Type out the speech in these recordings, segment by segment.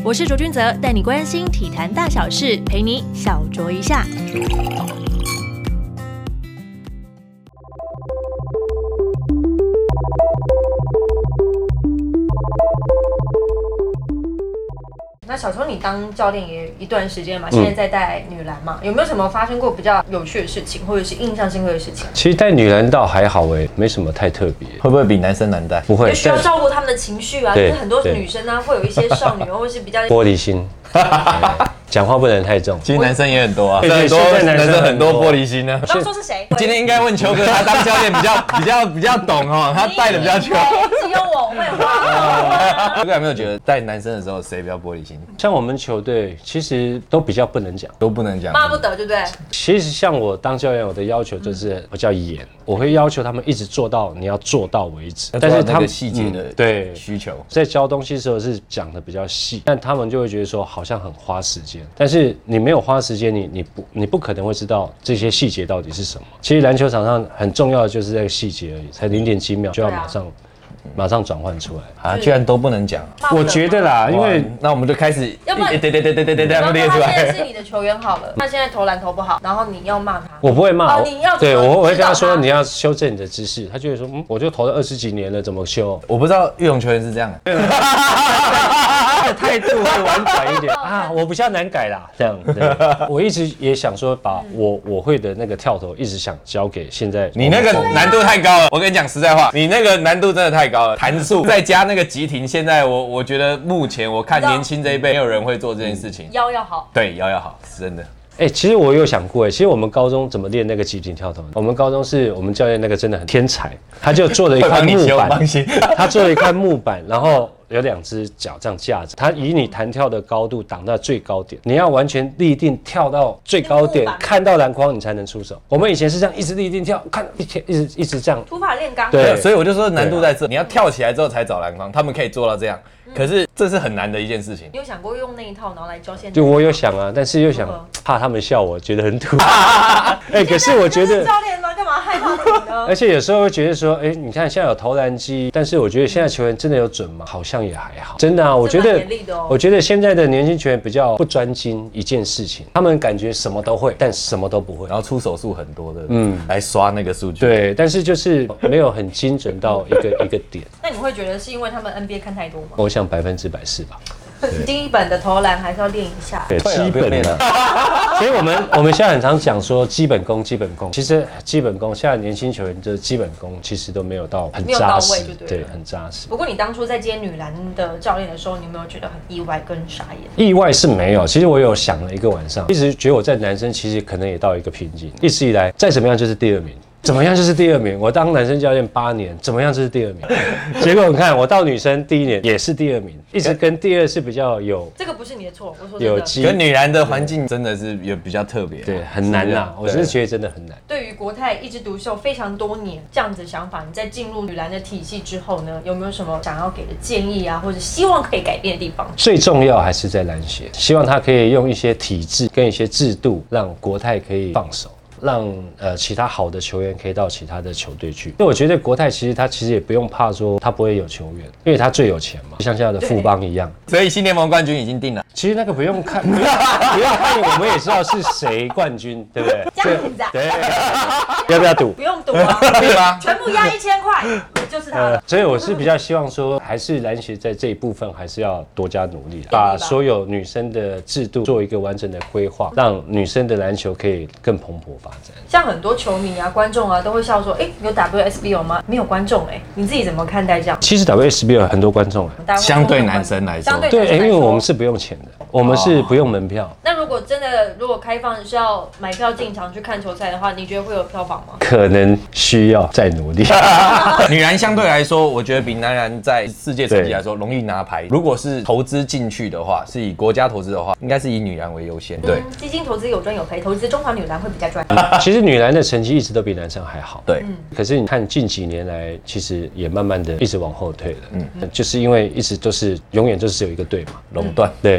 我是卓君泽，带你关心体坛大小事，陪你小酌一下。 那小球，你当教练也一段时间嘛，现在在带女篮嘛，有没有什么发生过比较有趣的事情，或者是印象深刻的事情？ 其实带女篮倒还好没什么太特别。 会不会比男生难带？ 不会， 需要照顾他们的情绪啊，就是很多女生呢会有一些少女，或者是比较玻璃心，讲话不能太重。 其实男生也很多啊， 对很多男生很多玻璃心呢。 刚说是谁？ 今天应该问邱哥，他当教练比较懂哦，他带的比较久。 只有我会花。 邱哥有没有觉得带男生的时候谁比较玻璃心？ 像我们球队其实都比较不能讲， 都不能讲， 骂不得，对不对？ 其实像我当教练，我的要求就是比较严，我会要求他们一直做到你要做到为止。 但是他们细节的对需求， 在教东西的时候是讲的比较细，但他们就会觉得说好像很花时间，但是你没有花时间，你不可能会知道这些细节到底是什么。其实篮球场上很重要的就是这个细节而已，才0.几秒就要马上转换出来啊！居然都不能讲， 我觉得啦，因为那我们就开始， 要不然对， 这样列出他现在来。 是你的球员好了，他现在投篮投不好，然后你要骂他， 我不会骂， 你要对我会跟他说你要修正你的姿势，他就会说我就投了20几年了，怎么修？ 我不知道运动球员是这样的， 他的态度会婉转一点啊，我比较难改啦，这样。我一直也想说把我会的那个跳投，一直想交给现在。 你那个难度太高了，我跟你讲实在话，你那个难度真的太高了，弹速再加那个急停，现在我觉得目前我看年轻这一辈没有人会做这件事情。 腰要好， 对，腰要好，是真的。 其实我有想过，其实我们高中怎么练那个急停跳投？我们高中是我们教练那个真的很天才，他就做了一块木板，他做了一块木板，然后有2只脚这样架着，他以你弹跳的高度挡到最高点，你要完全立定跳到最高点，看到篮筐你才能出手。我们以前是这样一直立定跳，看一直这样， 土法炼钢。 对，所以我就说难度在这，你要跳起来之后才找篮筐，他们可以做到这样。可是这是很难的一件事情。 你有想过用那一套然后来教现在？ 就我有想啊，但是又想怕他们笑我，觉得很土。可是我觉得教练吗？干嘛害怕你呢？ 而且有时候会觉得说，你看现在有投篮机，但是我觉得现在球员真的有准吗？好像也还好。真的啊，我觉得现在的年轻球员比较不专精一件事情，他们感觉什么都会，但什么都不会， 然后出手数很多的，来刷那个数据。 对，但是就是没有很精准到一个点。 那你会觉得是因为他们 NBA 看太多吗？ 我想100%是吧？ 基本的投篮还是要练一下。 对，基本的。所以我们现在很常讲说基本功。其实基本功，现在年轻球员的基本功其实都没有到很扎实，对，很扎实。 不过你当初在接女篮的教练的时候，你有没有觉得很意外跟傻眼？ 意外是没有，其实我有想了一个晚上，一直觉得我在男生其实可能也到一个瓶颈，一直以来再怎么样就是第2名。怎么样就是第2名，我当男生教练8年，怎么样就是第2名。结果你看，我到女生第1年也是第2名，一直跟第2是比较有。这个不是你的错，我说有机。 跟女篮的环境真的是有比较特别， 对，很难啦。我是觉得真的很难。 对于国泰一枝独秀非常多年这样子的想法，你在进入女篮的体系之后呢，有没有什么想要给的建议啊，或者希望可以改变的地方？ 最重要还是在篮协，希望他可以用一些体制跟一些制度，让国泰可以放手。让其他好的球员可以到其他的球队去。因为我觉得国泰其实也不用怕说他不会有球员，因为他最有钱嘛，像现在的富邦一样。 所以新联盟冠军已经定了。 其实那个不用看，不用看，我们也知道是谁冠军，对不对？ 这样子啊？ 对。要不要赌？ 不用赌啊， 对吗？ 全部压1000块，就是他了。 所以我是比较希望说，还是篮协在这一部分还是要多加努力，把所有女生的制度做一个完整的规划，让女生的篮球可以更蓬勃发展。 像很多球迷啊、观众啊都会笑说：“有 WSBL 吗？没有观众你自己怎么看待这样？” 其实 WSBL 有很多观众相对男生来说， 对，因为我们是不用钱的，我们是不用门票。 那如果真的开放是要买票进场去看球赛的话，你觉得会有票房吗？ 可能需要再努力。 女篮相对来说，我觉得比男篮在世界成绩来说容易拿牌。如果是投资进去的话，是以国家投资的话，应该是以女篮为优先。对， 基金投资有赚有赔，投资中华女篮会比较赚。 其实女篮的成绩一直都比男生还好。 对， 可是你看近几年来，其实也慢慢的一直往后退了。就是因为一直都是永远就是有一个队嘛，垄断。对，整个队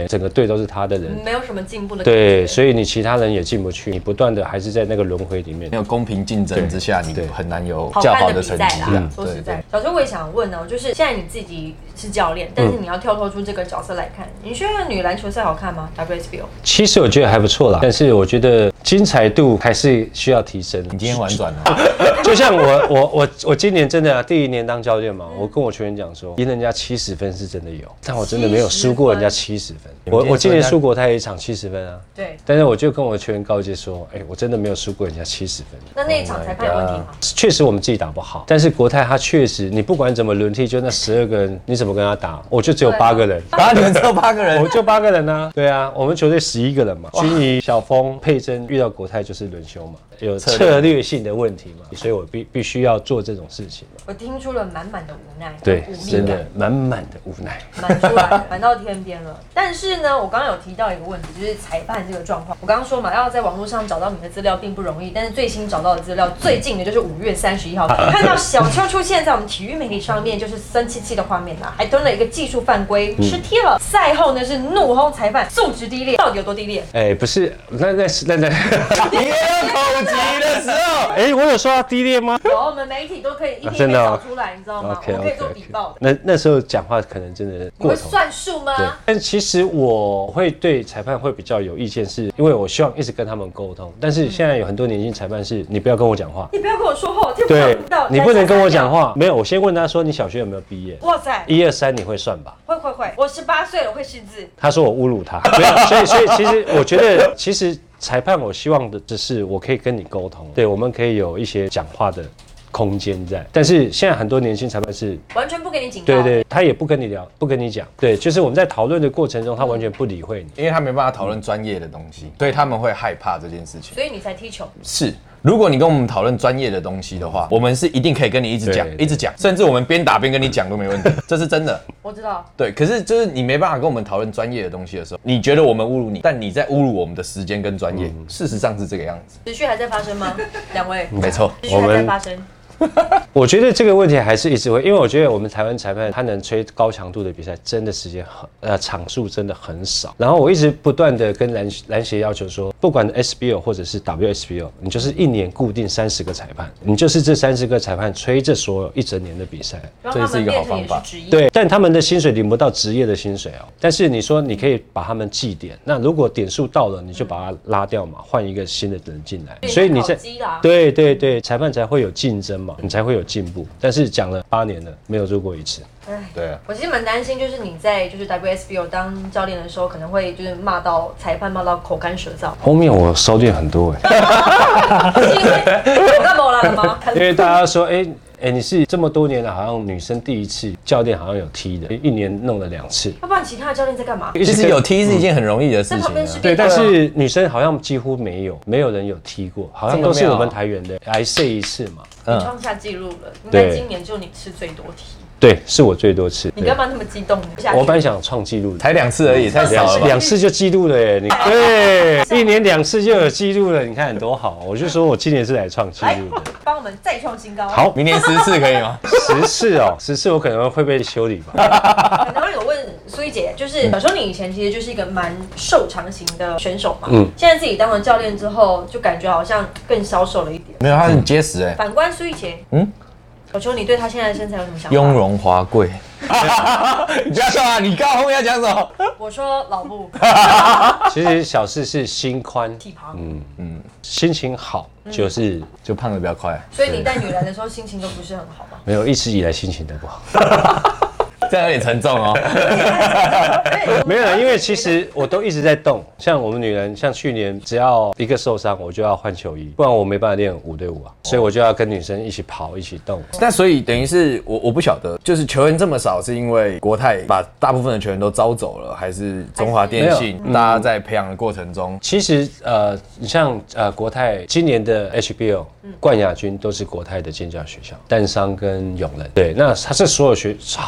对都是他的人， 没有什么进步的感觉。 对，所以你其他人也进不去，你不断的还是在那个轮回里面。 没有公平竞争之下，你很难有好较好看的比赛的成绩啦。说实在，小周我也想问哦，就是现在你自己是教练，但是你要跳脱出这个角色来看，你觉得女篮球赛好看吗 ？WSBL？ 其实我觉得还不错啦，但是我觉得精彩度还是需要提升。 你今天婉转了， 就像我今年真的第一年当教练嘛，我跟我球员讲说，赢人家70分是真的有，但我真的没有输过人家70分。我今年输国泰一场70分啊， 对。 但是我就跟我球员告诫说，我真的没有输过人家70分。 那一场裁判有问题吗？ 确实我们自己打不好，但是国泰他确实，你不管怎么轮替，就那12个人，你怎么跟他打？我就只有8个人， 你们只有8个人， 我就8个人啊。对啊，我们球队11个人嘛，君怡、小峰、佩珍遇到国泰就是轮休嘛。有策略性的问题嘛，所以我必须要做这种事情嘛。 我听出了满满的无奈， 对，真的满满的无奈， 满出来，满到天边了。但是呢，我刚刚有提到一个问题，就是裁判这个状况。我刚刚说嘛，要在网络上找到你的资料并不容易，但是最新找到的资料，最近的就是5月31号，看到小邱出现在我们体育媒体上面，就是生气的画面啦，还吞了一个技术犯规，吃贴了。赛后呢是怒轰裁判素质低劣，到底有多低劣？ 不是，那。 口级的时候， 我有说他低劣吗？ 有，我们媒体都可以一定找出来，你知道吗？我们可以做比报的。那时候讲话可能真的过头。 你会算数吗？对。 但其实我会对裁判会比较有意见，是因为我希望一直跟他们沟通。但是现在有很多年轻裁判是，你不要跟我讲话， 你不要跟我说话，我听不到。 你不能跟我讲话。没有，我先问他说你小学有没有毕业？ 哇塞 ，1、2、3你会算吧？ 会，我18岁了，会识字。 他说我侮辱他，没有，所以其实我觉得其实。裁判，我希望的只是我可以跟你沟通，对，我们可以有一些讲话的空间在。但是现在很多年轻裁判是完全不给你警告， 对，他也不跟你聊，不跟你讲，对，就是我们在讨论的过程中，他完全不理会你， 因为他没办法讨论专业的东西，所以他们会害怕这件事情。 所以你才踢球。 是。如果你跟我们讨论专业的东西的话，我们是一定可以跟你一直讲，甚至我们边打边跟你讲都没问题，这是真的。 我知道。对， 可是就是你没办法跟我们讨论专业的东西的时候，你觉得我们侮辱你，但你在侮辱我们的时间跟专业，事实上是这个样子。 持续还在发生吗？两位？ 没错， 持续还在发生。 我觉得这个问题还是一直会，因为我觉得我们台湾裁判他能吹高强度的比赛，真的时间场数真的很少。然后我一直不断的跟篮协要求说，不管 SBL 或者是 WSBL， 你就是1年固定30个裁判，你就是这30个裁判吹这所有1整年的比赛， 这是一个好方法。 对，但他们的薪水领不到职业的薪水哦。但是你说你可以把他们记点，那如果点数到了，你就把它拉掉嘛，换一个新的人进来。所以你在对，裁判才会有竞争。你才会有进步，但是讲了8年了，没有做过1次。 对啊， 我其实蛮担心，就是你在就是 WSBL 当教练的时候，可能会就是骂到裁判骂到口干舌燥。 后面我收敛很多是因为我干嘛了吗？ 因为大家说，你是这么多年了，好像女生第1次教练好像有踢的，1年弄了2次。 要不然其他的教练在干嘛？ 其实有踢是一件很容易的事情。 对，但是女生好像几乎没有人有踢过，好像都是我们台员的来试1次嘛。 你创下纪录了，应该今年就你吃最多踢。 对，是我最多次。 你干嘛那么激动？ 我本来想创纪录， 才2次而已，太少了吧？ 2次就记录了耶！你对，1年2次就有记录了，你看多好！我就说我今年是来创纪录的， 帮我们再创新高。 好，明年10次可以吗 ？10次哦，10次我可能会被修理吧。很多人有问苏一姐，就是小时候你以前其实就是一个蛮瘦长型的选手嘛，现在自己当了教练之后，就感觉好像更消瘦了一点。 没有，他很结实哎。 反观苏一姐，小邱，你对他现在的身材有什么想法？ 雍容华贵。你不要说啊！你刚刚后面要讲什么？ 我说老布。 其实小事是心宽体胖， 心情好就胖得比较快。 所以你带女篮的时候心情都不是很好吧？ 没有，一直以来心情都不好。 这样有点沉重哦。 没有，因为其实我都一直在动。像我们女人，像去年只要一个受伤，我就要换球衣，不然我没办法练5对5啊。所以我就要跟女生一起跑，一起动。 但所以等于是我不晓得，就是球员这么少，是因为国泰把大部分的球员都招走了，还是中华电信大家在培养的过程中？ 其实你像国泰今年的 HBL 冠亚军都是国泰的建教学校，淡商跟永仁。对，那它是所有最好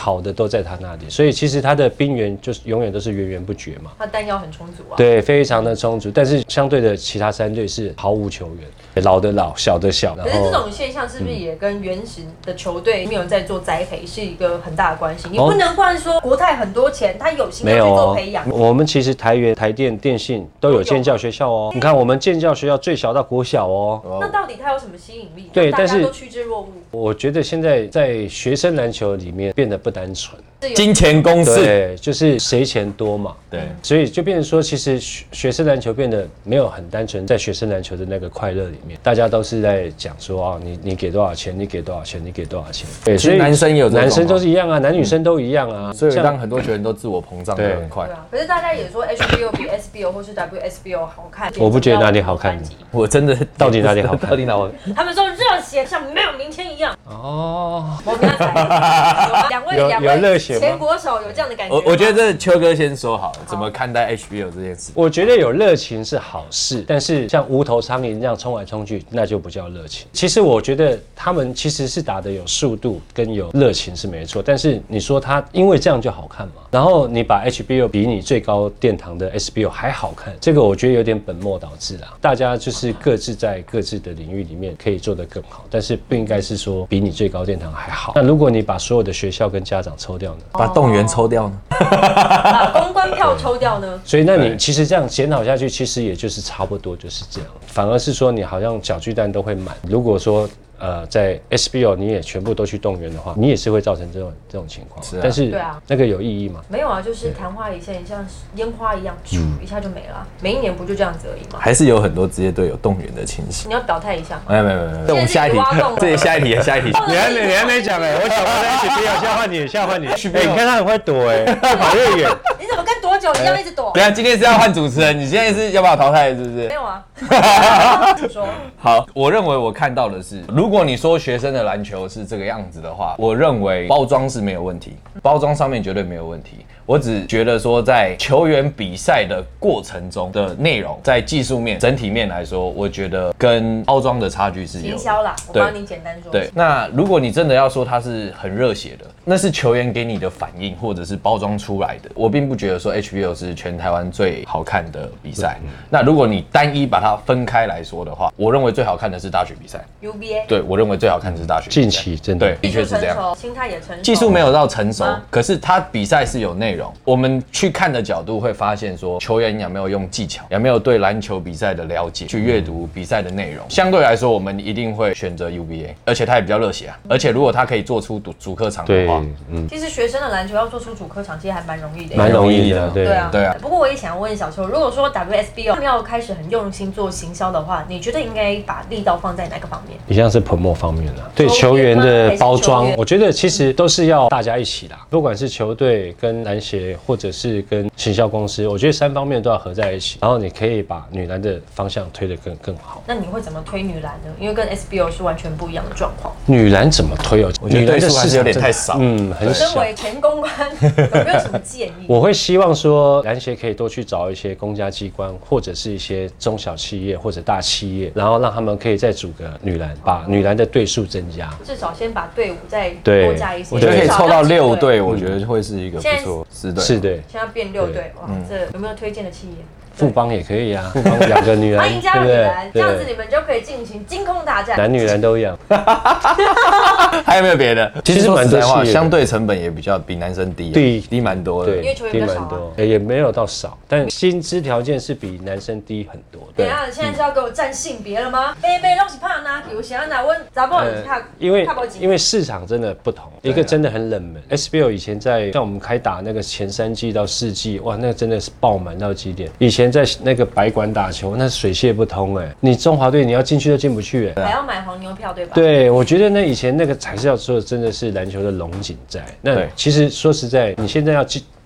好的都在他那里，所以其实他的兵源就是永远都是源源不绝嘛。 他弹药很充足啊。 对，非常的充足，但是相对的其他3队是毫无球员，老的老，小的小。 可是这种现象是不是也跟原始的球队没有在做栽培是一个很大的关系？你不能怪说国泰很多钱，他有心要去做培养。 我们其实台元、台电、电信都有建教学校哦。你看我们建教学校最小到国小哦。 那到底它有什么吸引力？ 对，但是大家都趋之若鹜。 我觉得现在在学生篮球里面变得不单纯。 金钱公式， 对，就是谁钱多嘛， 对， 所以就变成说，其实学生篮球变得没有很单纯，在学生篮球的那个快乐里面，大家都是在讲说啊，你给多少钱，你给多少钱，你给多少钱，对，所以男生也有这种， 男生都是一样啊，男女生都一样啊， 所以让很多球员都自我膨胀得很快。 对啊，可是大家也说 HBO 比 SBO 或是 WSBO 好看， 我不觉得哪里好看， 我真的到底哪里好看？ 到底哪里？ 他们说热血像没有明天一样。 哦， 我跟他讲，两位有热血吗？ 前国手有这样的感觉。 我觉得这邱哥先说好了，怎么看待 HBL 这件事？ 我觉得有热情是好事，但是像无头苍蝇这样冲来冲去，那就不叫热情。其实我觉得他们其实是打的有速度跟有热情是没错，但是你说他因为这样就好看嘛？然后你把 HBL 比你最高殿堂的 SBL 还好看，这个我觉得有点本末倒置啊。大家就是各自在各自的领域里面可以做得更好，但是不应该是说比你最高殿堂还好。那如果你把所有的学校跟家长抽掉呢？ 把动员抽掉呢？ 把公关票抽掉呢？ 所以那你其实这样检讨下去，其实也就是差不多就是这样。反而是说你好像小巨蛋都会满。如果说在 SBL 你也全部都去动员的话，你也是会造成这种情况。 是啊， 但是对啊， 那个有意义吗？ 没有啊，就是昙花一现，像烟花一样，一下就没了。每一年不就这样子而已吗？ 还是有很多职业队有动员的情形。 你要表态一下吗？ 没有，这我们下一题，这下一题。 你还没讲哎，我想问 SBL， 现在换你，你看他很会躲哎，越跑越远。 你怎么跟躲久一样一直躲？ 对啊，今天是要换主持人，你现在是要把我淘汰是不是？ 没有啊。说好，我认为我看到的是，如果你说学生的篮球是这个样子的话，我认为包装是没有问题，包装上面绝对没有问题。我只觉得说，在球员比赛的过程中的内容，在技术面、整体面来说，我觉得跟包装的差距是有的。 行销啦，我帮你简单说。 对，那如果你真的要说它是很热血的，那是球员给你的反应，或者是包装出来的。我并不觉得说 HBL 是全台湾最好看的比赛。那如果你单一把它分开来说的话，我认为最好看的是大学比赛。 UBA。 对，我认为最好看的是大学比赛。 近期真的对，的确是这样。 心态也成熟。 技术没有到成熟，可是他比赛是有内容。我们去看的角度会发现说，球员有没有用技巧，有没有对篮球比赛的了解，去阅读比赛的内容。相对来说，我们一定会选择 UBA， 而且他也比较热血啊。而且如果他可以做出主客场的话， 其实学生的篮球要做出主客场，其实还蛮容易的。 蛮容易的， 对啊， 对啊。 不过我也想问小邱，如果说 WSBL 他们要开始很用心做行销的话，你觉得应该把力道放在哪个方面？ 一样是 promote 方面的，对球员的包装，我觉得其实都是要大家一起啦，不管是球队跟篮协，或者是跟行销公司，我觉得3方面都要合在一起，然后你可以把女篮的方向推得更好。 那你会怎么推女篮呢？因为跟 SBL 是完全不一样的状况。 女篮怎么推哦？ 我觉得对数还是有点太少， 很少。 身为前公关，有没有什么建议？ 我会希望说篮协可以多去找一些公家机关，或者是一些中小企业或者大企业，然后让他们可以再组个女篮，把女篮的队数增加， 至少先把队伍再多加一些。 我觉得可以凑到6队，我觉得会是一个不错4队。 是对， 现在变6队，哇，这有没有推荐的企业？ 富邦也可以啊，富邦2个女篮， 欢迎加入女篮，这样子你们就可以进行金空大战， 男女篮都一样。 还有没有别的？其实说实在话， 的相对成本也比男生低蛮多的， 因为球员比较少， 也没有到少，但薪资条件是比男生低很多。 等一下，现在是要给我占性别了吗？贝拢是怕哪？比如想要哪问查某人看， 因为市场真的不同，一个真的很冷门。SBL 以前在像我们开打那个前3季到4季，哇，那真的是爆满到极点。以前在那个白馆打球，那水泄不通哎，你中华队你要进去都进不去哎， 还要买黄牛票对吧？ 对，我觉得那以前那个才是要说的，真的是篮球的龙井在。那其实说实在，你现在要把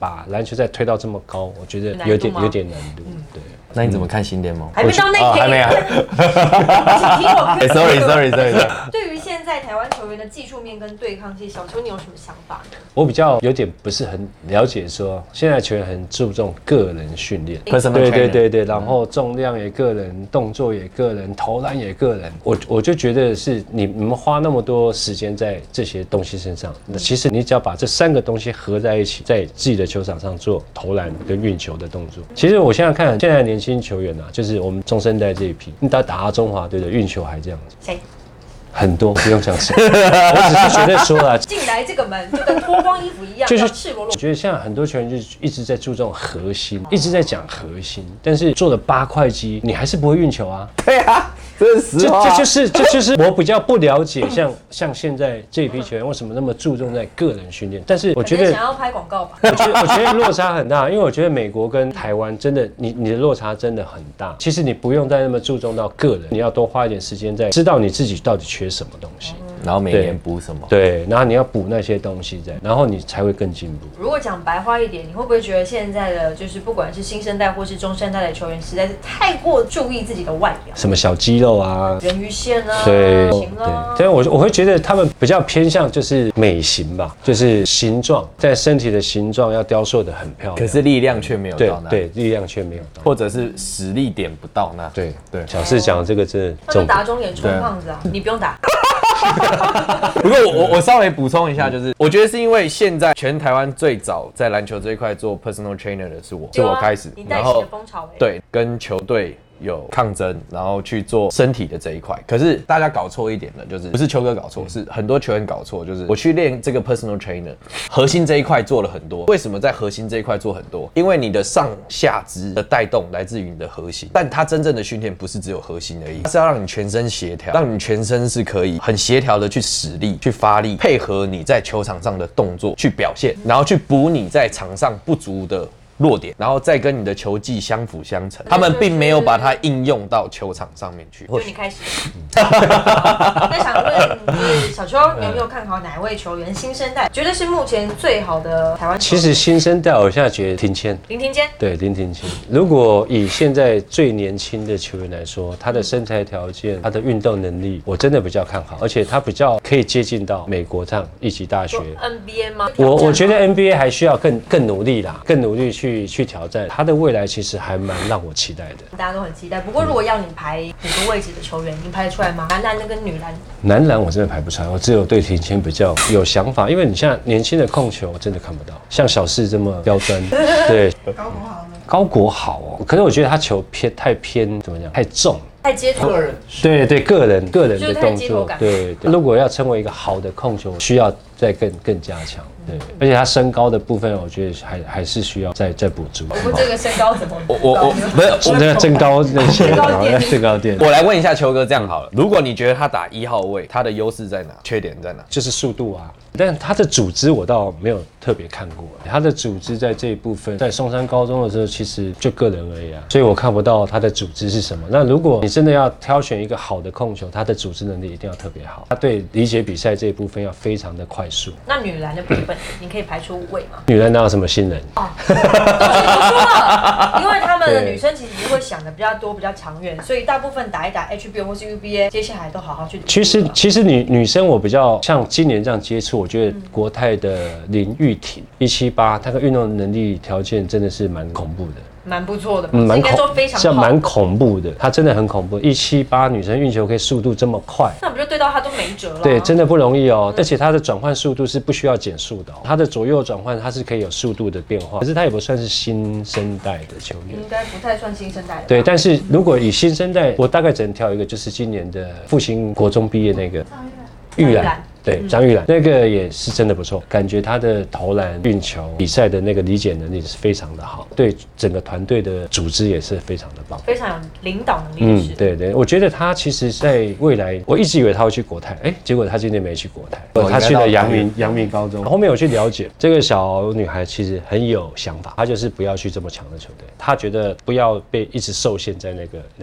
把篮球再推到这么高，我觉得有点难度。对。 那你怎么看新联盟？ 还没到那一还没啊。 请听我。 Sorry。 对于现在台湾球员的技术面跟对抗，其实小邱你有什么想法呢？ 我比较有点不是很了解，说现在球员很注重个人训练，对，然后重量也个人，动作也个人，投篮也个人。我就觉得是你们花那么多时间在这些东西身上，其实你只要把这3个东西合在一起，在自己的球场上做投篮跟运球的动作。其实我现在看现在的年轻球员啊，就是我们中生代这一批，你打到中华队的运球还这样子。 谁？ 很多不用讲谁，我只是觉得说啦， 进来这个门就跟脱光衣服一样，就是赤裸裸。 我觉得现在很多球员就一直在注重核心，一直在讲核心，但是做了8块肌，你还是不会运球啊。 对啊。这是实话。 这就是我比较不了解，像现在这一批球员为什么那么注重在个人训练？但是我觉得想要拍广告吧。 我觉得落差很大，因为我觉得美国跟台湾真的，你的落差真的很大。其实你不用再那么注重到个人，你要多花一点时间在知道你自己到底缺什么东西， 然后每年补什么。 对，然后你要补那些东西在，然后你才会更进步。 如果讲白话一点，你会不会觉得现在的就是不管是新生代或是中生代的球员，实在是太过注意自己的外表， 什么小肌肉啊， 人鱼线啊， 对， 型啦。 但我会觉得他们比较偏向就是美型吧，就是形状，在身体的形状要雕塑得很漂亮， 可是力量却没有到那， 对，力量却没有到， 或者是实力点不到那。 对，小四讲的这个真的他们打肿脸充胖子啊，你不用打。 不过我稍微补充一下，就是我觉得是因为现在全台湾最早在篮球这一块做 personal trainer 的是我开始， 你带起了风潮。 对，跟球队有抗争，然后去做身体的这一块。可是大家搞错一点的，就是不是邱哥搞错，是很多球员搞错。就是我去练这个 personal trainer， 核心这一块做了很多。为什么在核心这一块做很多？因为你的上下肢的带动来自于你的核心，但它真正的训练不是只有核心而已，它是要让你全身协调，让你全身是可以很协调的去使力、去发力，配合你在球场上的动作去表现，然后去补你在场上不足的弱点，然后再跟你的球技相辅相成。他们并没有把它应用到球场上面去。 就你开始。那想问小邱，你有没有看好哪一位球员新生代？觉得是目前最好的台湾球员？ 其实新生代，我现在觉得林庭坚。对，林庭坚。如果以现在最年轻的球员来说，他的身材条件、他的运动能力，我真的比较看好，而且他比较可以接近到美国这样一级大学。 NBA 吗？ 我觉得 NBA 还需要更努力啦，更努力去挑战。他的未来其实还蛮让我期待的。 大家都很期待。不过如果要你排5个位置的球员，你排得出来吗？男篮跟女篮？ 男篮我真的排不出来，我只有对庭谦比较有想法，因为你现在年轻的控球我真的看不到，像小四这么刁钻。对，高国好哦，可是我觉得他球太偏怎么讲，太重。 太街头， 对，个人的动作，对，如果要成为一个好的控球，需要再更加强，对，而且他身高的部分，我觉得还是需要再补足。 我们这个身高怎么？ 我不是我这个增高那些增高垫。 我来问一下邱哥，这样好了，如果你觉得他打1号位，他的优势在哪？缺点在哪？ 就是速度啊。但他的组织我倒没有特别看过，他的组织在这一部分，在松山高中的时候其实就个人而已啊，所以我看不到他的组织是什么。那如果你真的要挑选一个好的控球，他的组织能力一定要特别好，他对理解比赛这一部分要非常的快速。 那女篮的部分，你可以排出5位吗？ 女篮哪有什么新人？ 哦，都是读书了，因为他们的女生其实会想的比较多、比较长远，所以大部分打一打 HBL 或是 UBA， 接下来都好好去读书。 其实女生我比较像今年这样接触，我觉得国泰的林玉婷178，她的运动能力条件真的是蛮恐怖的。 蛮不错的，应该说非常好， 蛮恐怖的，她真的很恐怖。178女生运球可以速度这么快， 那不就对到她都没辙了？ 对，真的不容易哦。而且她的转换速度是不需要减速的哦，她的左右转换她是可以有速度的变化。可是她也不算是新生代的球员， 应该不太算新生代的。 对，但是如果以新生代，我大概只能挑一个，就是今年的复兴国中毕业那个玉兰。对，张玉兰那个也是真的不错，感觉他的投篮、运球、比赛的那个理解能力是非常的好，对整个团队的组织也是非常的棒， 非常有领导能力。 对，我觉得他其实在未来，我一直以为他会去国泰，结果他今年没去国泰，他去了阳明高中。后面我去了解，这个小女孩其实很有想法，她就是不要去这么强的球队，她觉得不要被一直受限在那个。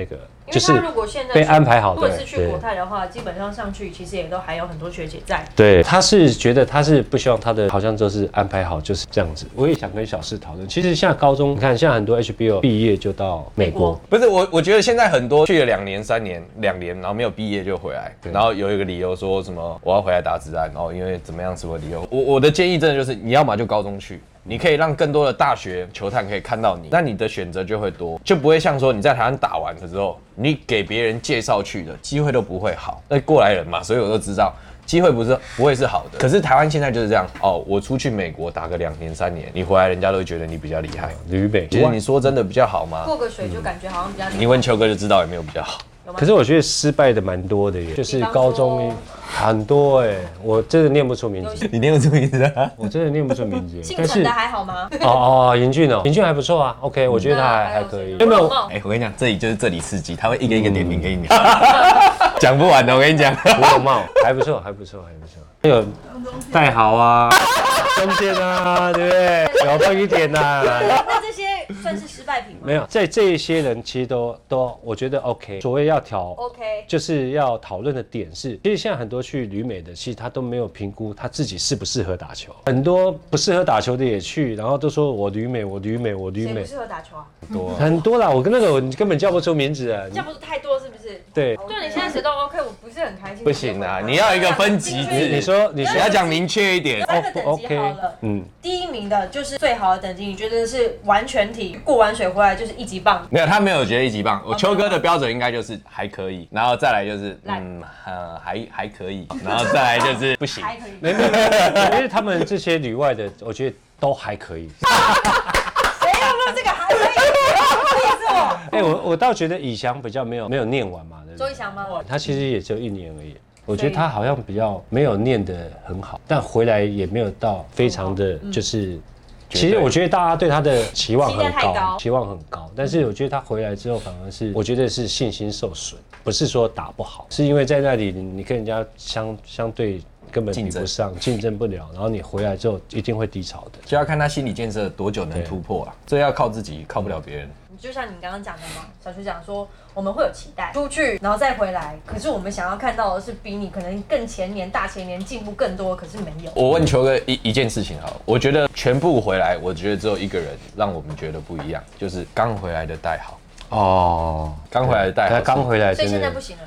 就是如果现在被安排好的。 如果是去国泰的话，基本上上去其实也都还有很多学姐在。 对，他是觉得他是不希望他的好像就是安排好就是这样子。我也想跟小四讨论，其实现在高中，你看现在很多 HBO 毕业就到美国。 不是我觉得现在很多去了2年、3年、2年，然后没有毕业就回来，然后有一个理由说什么我要回来打子弹，然后因为怎么样什么理由。我的建议真的就是你要么就高中去。你可以让更多的大学球探可以看到你，那你的选择就会多，就不会像说你在台湾打完了之后，你给别人介绍去的机会都不会好。那过来人嘛，所以我都知道机会不会是好的。可是台湾现在就是这样哦，我出去美国打个2年3年，你回来人家都会觉得你比较厉害。 旅美， 其实你说真的比较好吗？ 过个水就感觉好像比较厉害。 你问球哥就知道有没有比较好。 可是我觉得失败的蛮多的耶，就是高中很多哎，我真的念不出名字。 你念不出名字啊？ 我真的念不出名字。 姓陈的还好吗？ 严俊哦，严俊还不错啊 ，OK， 我觉得他还可以。 有没有？ 我跟你讲，这里就是这里刺激，他会一个一个点名给你，讲不完的。我跟你讲， 吴有茂还不错，还不错，还不错。还有戴豪啊，中间啊，对不对？有放一点呐。 那这些算是失败品吗？ 没有，在这一些人其实都我觉得 OK。所谓要 OK， 就是要讨论的点是，其实现在很多去旅美的，其实他都没有评估他自己适不适合打球。很多不适合打球的也去，然后都说我旅美。 谁不适合打球啊？ 很多啦，我跟那个我根本叫不出名字啊。 叫不出太多是不是？ 对， 你现在谁都 OK，我不是很开心。 不行啊，你要一个分级制。你要讲明确一点。 3个等级好了，第1名的就是最好的等级，你觉得是完全体，过完水回来就是1级棒？ 没有，他没有觉得1级棒。我秋哥的标准应该就是还可以，然后再来就是还可以，然后再来就是不行。 还可以。 没，因为他们这些旅外的，我觉得都还可以。 谁要说这个还可以？ 我倒觉得以翔比较没有念完嘛， 周以翔吗？ 他其实也只有1年而已。我觉得他好像比较没有念得很好，但回来也没有到非常的就是。其实我觉得大家对他的期望很高，但是我觉得他回来之后反而是我觉得是信心受损，不是说打不好，是因为在那里你跟人家相对根本比不上，竞争不了，然后你回来之后一定会低潮的， 就要看他心理建设多久能突破啊，这要靠自己，靠不了别人。 就像你刚刚讲的嘛，小学讲说我们会有期待，出去然后再回来，可是我们想要看到的是比你可能更大前年进步更多，可是没有。 我问球哥一件事情好了，我觉得全部回来，我觉得只有一个人让我们觉得不一样，就是刚回来的戴豪。 哦， 刚回来的戴豪， 他刚回来， 所以现在不行了。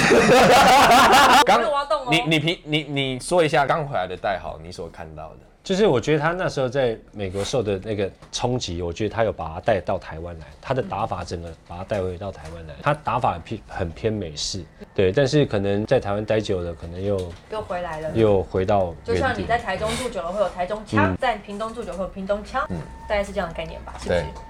我要动哦。 你说一下刚回来的戴豪，你所看到的。 就是我觉得他那时候在美国受的那个冲击，我觉得他有把他带到台湾来，他的打法整个把他带回到台湾来，他打法很偏美式，对，但是可能在台湾待久了，可能又回来了， 又回到就像你在台中住久了会有台中腔，在屏东住久会有屏东腔，大概是这样的概念吧，是不是？